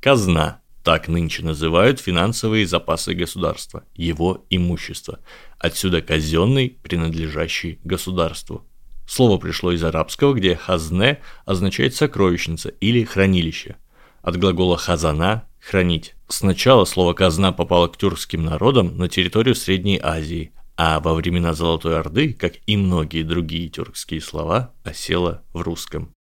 Казна. Так нынче называют финансовые запасы государства, его имущество. Отсюда казенный, принадлежащий государству. Слово пришло из арабского, где хазне означает сокровищница или хранилище. От глагола хазана – хранить. Сначала слово казна попало к тюркским народам на территорию Средней Азии, а во времена Золотой Орды, как и многие другие тюркские слова, осело в русском.